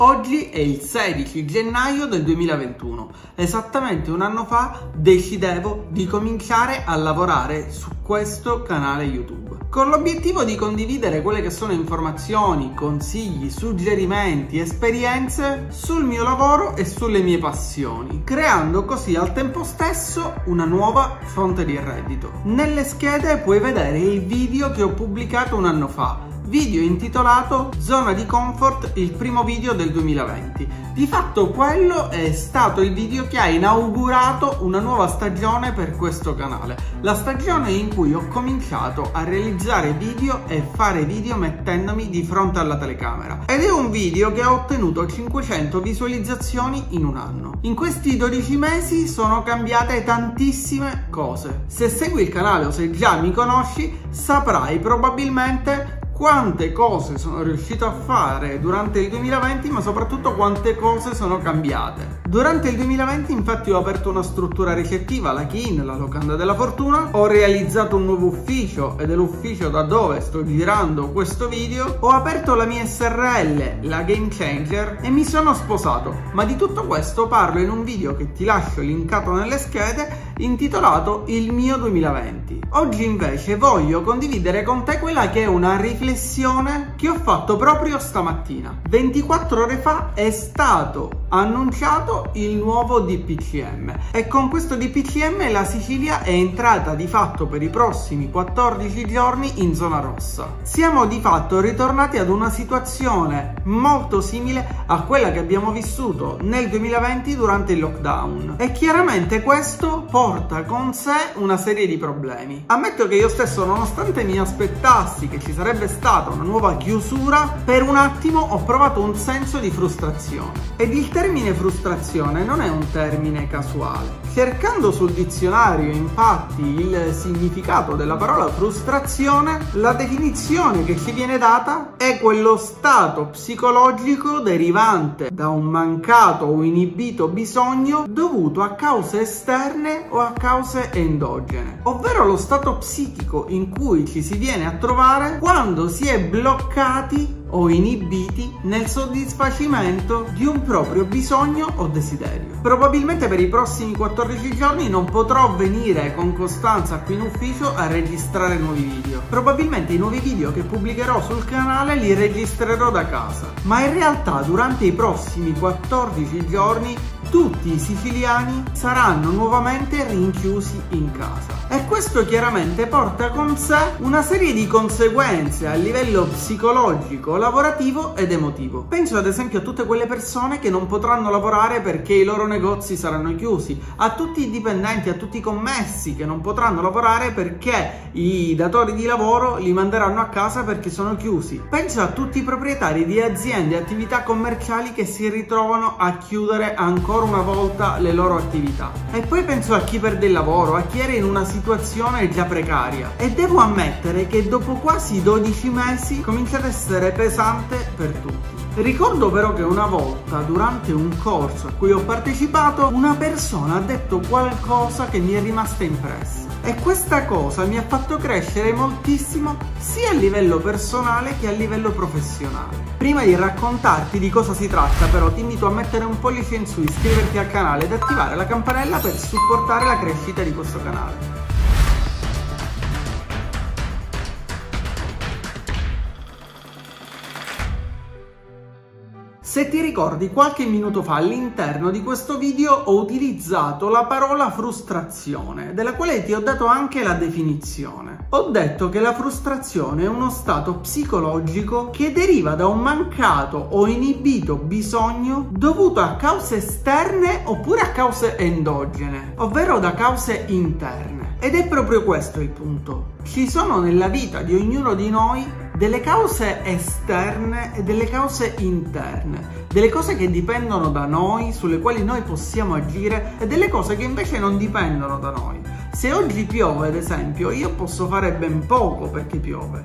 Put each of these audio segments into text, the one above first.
Oggi è il 16 gennaio del 2021, esattamente un anno fa decidevo di cominciare a lavorare su questo canale YouTube, con l'obiettivo di condividere quelle che sono informazioni, consigli, suggerimenti, esperienze sul mio lavoro e sulle mie passioni, creando così al tempo stesso una nuova fonte di reddito. Nelle schede puoi vedere il video che ho pubblicato un anno fa, video intitolato Zona di Comfort, il primo video del 2020. Di fatto quello è stato il video che ha inaugurato una nuova stagione per questo canale, la stagione in cui ho cominciato a realizzare video e fare video mettendomi di fronte alla telecamera, ed è un video che ha ottenuto 500 visualizzazioni in un anno. In questi 12 mesi sono cambiate tantissime cose. Se segui il canale o se già mi conosci saprai probabilmente quante cose sono riuscito a fare durante il 2020, ma soprattutto quante cose sono cambiate. Durante il 2020 infatti ho aperto una struttura ricettiva, la Kin, la locanda della fortuna, ho realizzato un nuovo ufficio ed è l'ufficio da dove sto girando questo video, ho aperto la mia SRL, la Game Changer, e mi sono sposato, ma di tutto questo parlo in un video che ti lascio linkato nelle schede intitolato Il mio 2020. Oggi invece voglio condividere con te quella che è una riflessione che ho fatto proprio stamattina. 24 ore fa è stato annunciato il nuovo DPCM e con questo DPCM la Sicilia è entrata di fatto per i prossimi 14 giorni in zona rossa. Siamo di fatto ritornati ad una situazione molto simile a quella che abbiamo vissuto nel 2020 durante il lockdown, e chiaramente questo porta con sé una serie di problemi. Ammetto che io stesso, nonostante mi aspettassi che ci sarebbe stata una nuova chiusura, per un attimo ho provato un senso di frustrazione, ed il termine frustrazione non è un termine casuale. Cercando sul dizionario infatti il significato della parola frustrazione, la definizione che ci viene data è quello stato psicologico derivante da un mancato o inibito bisogno dovuto a cause esterne o a cause endogene, ovvero lo stato psichico in cui ci si viene a trovare quando si è bloccati o inibiti nel soddisfacimento di un proprio bisogno o desiderio. Probabilmente per i prossimi 14 giorni non potrò venire con costanza qui in ufficio a registrare nuovi video. Probabilmente i nuovi video che pubblicherò sul canale li registrerò da casa, ma in realtà durante i prossimi 14 giorni tutti i siciliani saranno nuovamente rinchiusi in casa, e questo chiaramente porta con sé una serie di conseguenze a livello psicologico, lavorativo ed emotivo. Penso ad esempio a tutte quelle persone che non potranno lavorare perché i loro negozi saranno chiusi, a tutti i dipendenti, a tutti i commessi che non potranno lavorare perché i datori di lavoro li manderanno a casa perché sono chiusi. Penso a tutti i proprietari di aziende e attività commerciali che si ritrovano a chiudere ancora una volta le loro attività, e poi penso a chi perde il lavoro, a chi era in una situazione già precaria, e devo ammettere che dopo quasi 12 mesi comincia ad essere pesante per tutti. Ricordo però che una volta durante un corso a cui ho partecipato una persona ha detto qualcosa che mi è rimasta impressa, e questa cosa mi ha fatto crescere moltissimo sia a livello personale che a livello professionale. Prima di raccontarti di cosa si tratta però ti invito a mettere un pollice in su, iscriverti al canale ed attivare la campanella per supportare la crescita di questo canale. Se ti ricordi, qualche minuto fa all'interno di questo video ho utilizzato la parola frustrazione, della quale ti ho dato anche la definizione. Ho detto che la frustrazione è uno stato psicologico che deriva da un mancato o inibito bisogno dovuto a cause esterne oppure a cause endogene, ovvero da cause interne. Ed è proprio questo il punto. Ci sono nella vita di ognuno di noi delle cause esterne e delle cause interne, delle cose che dipendono da noi, sulle quali noi possiamo agire, e delle cose che invece non dipendono da noi. Se oggi piove, ad esempio, io posso fare ben poco perché piove.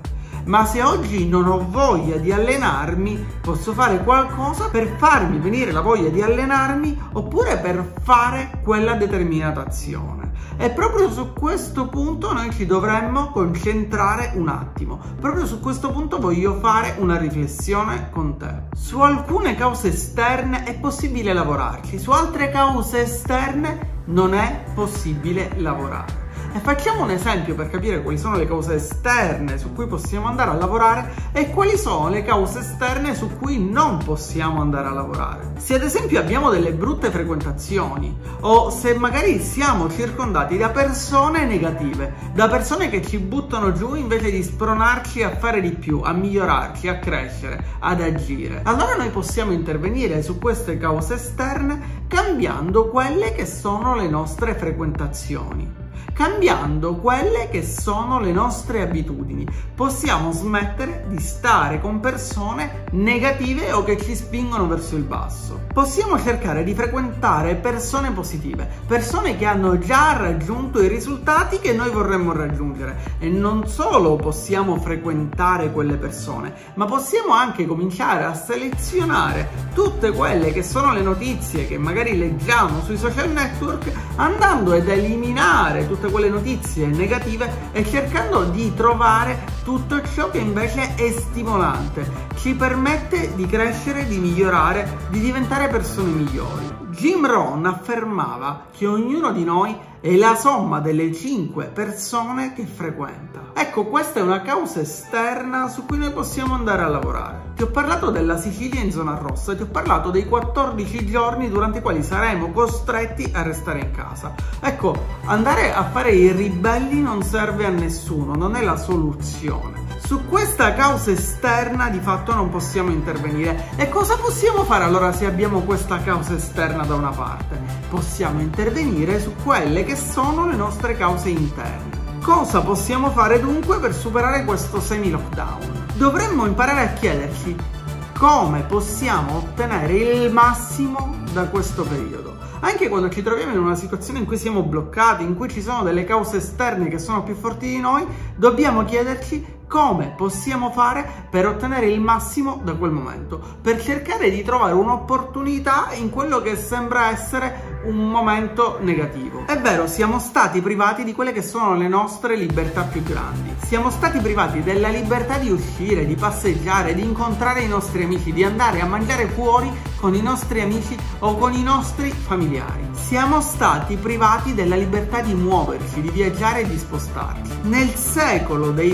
ma se oggi non ho voglia di allenarmi, posso fare qualcosa per farmi venire la voglia di allenarmi oppure per fare quella determinata azione. E proprio su questo punto noi ci dovremmo concentrare un attimo. Proprio su questo punto voglio fare una riflessione con te. Su alcune cause esterne è possibile lavorarci, su altre cause esterne non è possibile lavorare. E facciamo un esempio per capire quali sono le cause esterne su cui possiamo andare a lavorare e quali sono le cause esterne su cui non possiamo andare a lavorare. Se ad esempio abbiamo delle brutte frequentazioni o se magari siamo circondati da persone negative, da persone che ci buttano giù invece di spronarci a fare di più, a migliorarci, a crescere, ad agire, allora noi possiamo intervenire su queste cause esterne cambiando quelle che sono le nostre frequentazioni. Cambiando quelle che sono le nostre abitudini, possiamo smettere di stare con persone negative o che ci spingono verso il basso. Possiamo cercare di frequentare persone positive, persone che hanno già raggiunto i risultati che noi vorremmo raggiungere. E non solo possiamo frequentare quelle persone, ma possiamo anche cominciare a selezionare tutte quelle che sono le notizie che magari leggiamo sui social network, andando ad eliminare tutte quelle notizie negative e cercando di trovare tutto ciò che invece è stimolante, ci permette di crescere, di migliorare, di diventare persone migliori. Jim Rohn affermava che ognuno di noi è la somma delle 5 persone che frequenta. Ecco, questa è una causa esterna su cui noi possiamo andare a lavorare. Ti ho parlato della Sicilia in zona rossa, ti ho parlato dei 14 giorni durante i quali saremo costretti a restare in casa. Ecco, andare a fare i ribelli non serve a nessuno, non è la soluzione. Su questa causa esterna di fatto non possiamo intervenire. E cosa possiamo fare allora se abbiamo questa causa esterna da una parte? Possiamo intervenire su quelle che sono le nostre cause interne. Cosa possiamo fare dunque per superare questo semi-lockdown? Dovremmo imparare a chiederci come possiamo ottenere il massimo da questo periodo. Anche quando ci troviamo in una situazione in cui siamo bloccati, in cui ci sono delle cause esterne che sono più forti di noi, dobbiamo chiederci come possiamo fare per ottenere il massimo da quel momento, per cercare di trovare un'opportunità in quello che sembra essere un momento negativo. È vero, siamo stati privati di quelle che sono le nostre libertà più grandi. Siamo stati privati della libertà di uscire, di passeggiare, di incontrare i nostri amici, di andare a mangiare fuori con i nostri amici o con i nostri familiari. Siamo stati privati della libertà di muoverci, di viaggiare e di spostarci. Nel secolo dei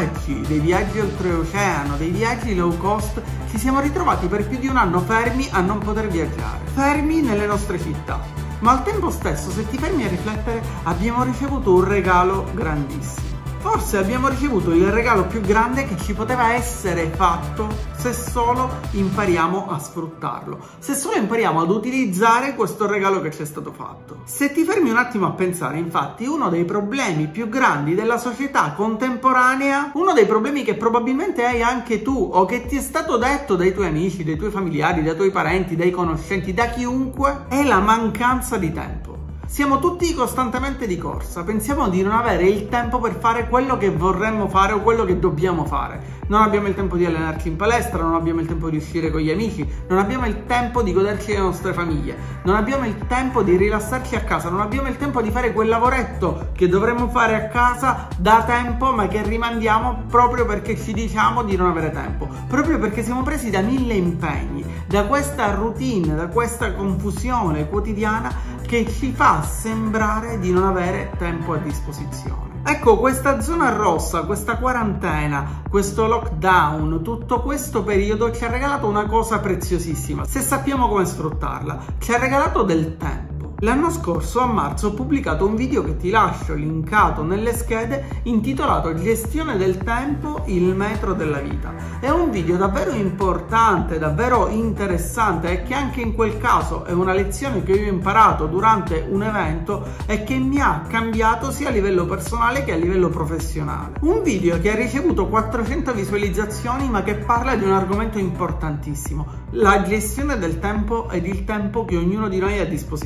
viaggi oltreoceano, dei viaggi low cost, ci siamo ritrovati per più di un anno fermi a non poter viaggiare, fermi nelle nostre città. Ma al tempo stesso, se ti fermi a riflettere, abbiamo ricevuto un regalo grandissimo. Forse abbiamo ricevuto il regalo più grande che ci poteva essere fatto se solo impariamo a sfruttarlo, se solo impariamo ad utilizzare questo regalo che ci è stato fatto. Se ti fermi un attimo a pensare, infatti, uno dei problemi più grandi della società contemporanea, uno dei problemi che probabilmente hai anche tu o che ti è stato detto dai tuoi amici, dai tuoi familiari, dai tuoi parenti, dai conoscenti, da chiunque, è la mancanza di tempo. Siamo tutti costantemente di corsa, pensiamo di non avere il tempo per fare quello che vorremmo fare o quello che dobbiamo fare. Non abbiamo il tempo di allenarci in palestra, non abbiamo il tempo di uscire con gli amici, non abbiamo il tempo di goderci le nostre famiglie, non abbiamo il tempo di rilassarci a casa, non abbiamo il tempo di fare quel lavoretto che dovremmo fare a casa da tempo ma che rimandiamo proprio perché ci diciamo di non avere tempo, proprio perché siamo presi da 1000 impegni, da questa routine, da questa confusione quotidiana che ci fa sembrare di non avere tempo a disposizione. Ecco, questa zona rossa, questa quarantena, questo lockdown, tutto questo periodo ci ha regalato una cosa preziosissima, se sappiamo come sfruttarla. Ci ha regalato del tempo. L'anno scorso, a marzo, ho pubblicato un video che ti lascio linkato nelle schede intitolato Gestione del tempo, il metro della vita. È un video davvero importante, davvero interessante e che anche in quel caso è una lezione che io ho imparato durante un evento e che mi ha cambiato sia a livello personale che a livello professionale. Un video che ha ricevuto 400 visualizzazioni ma che parla di un argomento importantissimo, la gestione del tempo ed il tempo che ognuno di noi ha a disposizione.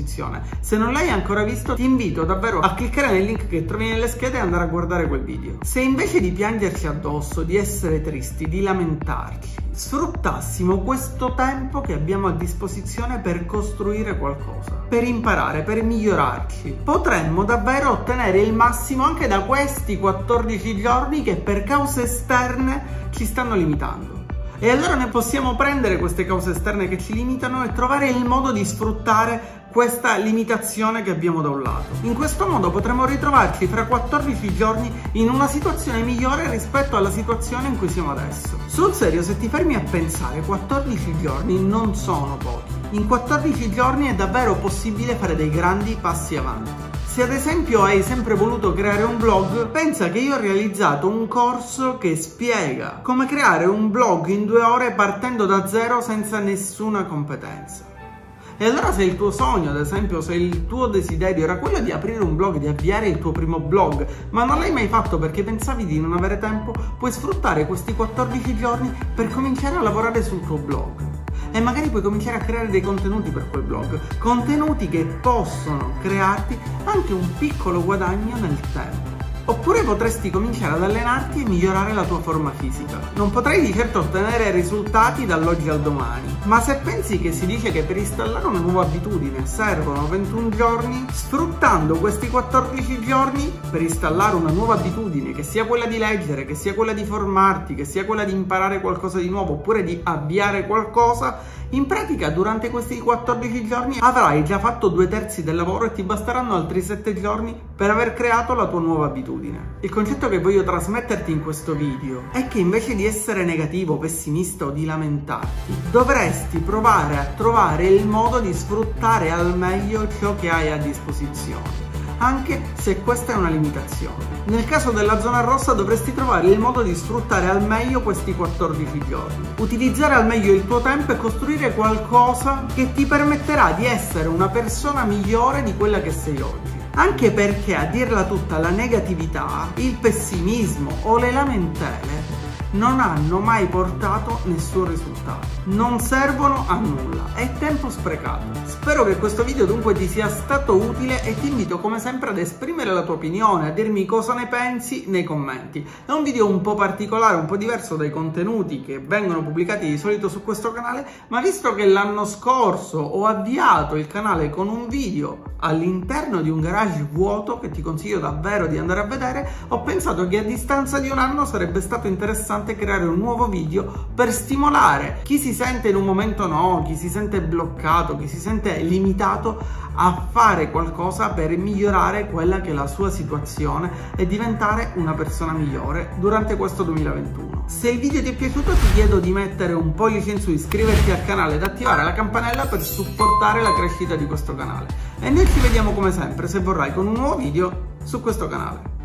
Se non l'hai ancora visto, ti invito davvero a cliccare nel link che trovi nelle schede e andare a guardare quel video. Se invece di piangerci addosso, di essere tristi, di lamentarci, sfruttassimo questo tempo che abbiamo a disposizione per costruire qualcosa, per imparare, per migliorarci, potremmo davvero ottenere il massimo anche da questi 14 giorni che per cause esterne ci stanno limitando. E allora ne possiamo prendere queste cause esterne che ci limitano e trovare il modo di sfruttare questa limitazione che abbiamo da un lato. In questo modo potremo ritrovarci fra 14 giorni in una situazione migliore rispetto alla situazione in cui siamo adesso. Sul serio, se ti fermi a pensare, 14 giorni non sono pochi. In 14 giorni è davvero possibile fare dei grandi passi avanti. Se ad esempio hai sempre voluto creare un blog, pensa che io ho realizzato un corso che spiega come creare un blog in 2 ore partendo da zero senza nessuna competenza. E allora se il tuo sogno, ad esempio, se il tuo desiderio era quello di aprire un blog, di avviare il tuo primo blog, ma non l'hai mai fatto perché pensavi di non avere tempo, puoi sfruttare questi 14 giorni per cominciare a lavorare sul tuo blog. E magari puoi cominciare a creare dei contenuti per quel blog, contenuti che possono crearti anche un piccolo guadagno nel tempo. Oppure potresti cominciare ad allenarti e migliorare la tua forma fisica. Non potrai di certo ottenere risultati dall'oggi al domani, ma se pensi che si dice che per installare una nuova abitudine servono 21 giorni, sfruttando questi 14 giorni per installare una nuova abitudine, che sia quella di leggere, che sia quella di formarti, che sia quella di imparare qualcosa di nuovo, oppure di avviare qualcosa, in pratica durante questi 14 giorni avrai già fatto 2/3 del lavoro e ti basteranno altri 7 giorni per aver creato la tua nuova abitudine. Il concetto che voglio trasmetterti in questo video è che invece di essere negativo, pessimista o di lamentarti, dovresti provare a trovare il modo di sfruttare al meglio ciò che hai a disposizione, anche se questa è una limitazione. Nel caso della zona rossa dovresti trovare il modo di sfruttare al meglio questi 14 giorni, utilizzare al meglio il tuo tempo e costruire qualcosa che ti permetterà di essere una persona migliore di quella che sei oggi. Anche perché, a dirla tutta, la negatività, il pessimismo o le lamentele non hanno mai portato nessun risultato, non servono a nulla, è tempo sprecato. Spero che questo video dunque ti sia stato utile e ti invito come sempre ad esprimere la tua opinione, a dirmi cosa ne pensi nei commenti. È un video un po' particolare, un po' diverso dai contenuti che vengono pubblicati di solito su questo canale, ma visto che l'anno scorso ho avviato il canale con un video all'interno di un garage vuoto che ti consiglio davvero di andare a vedere, ho pensato che a distanza di un anno sarebbe stato interessante creare un nuovo video per stimolare chi si sente in un momento no, chi si sente bloccato, chi si sente limitato a fare qualcosa per migliorare quella che è la sua situazione e diventare una persona migliore durante questo 2021. Se il video ti è piaciuto ti chiedo di mettere un pollice in su, iscriverti al canale ed attivare la campanella per supportare la crescita di questo canale. E noi ci vediamo come sempre, se vorrai, con un nuovo video su questo canale.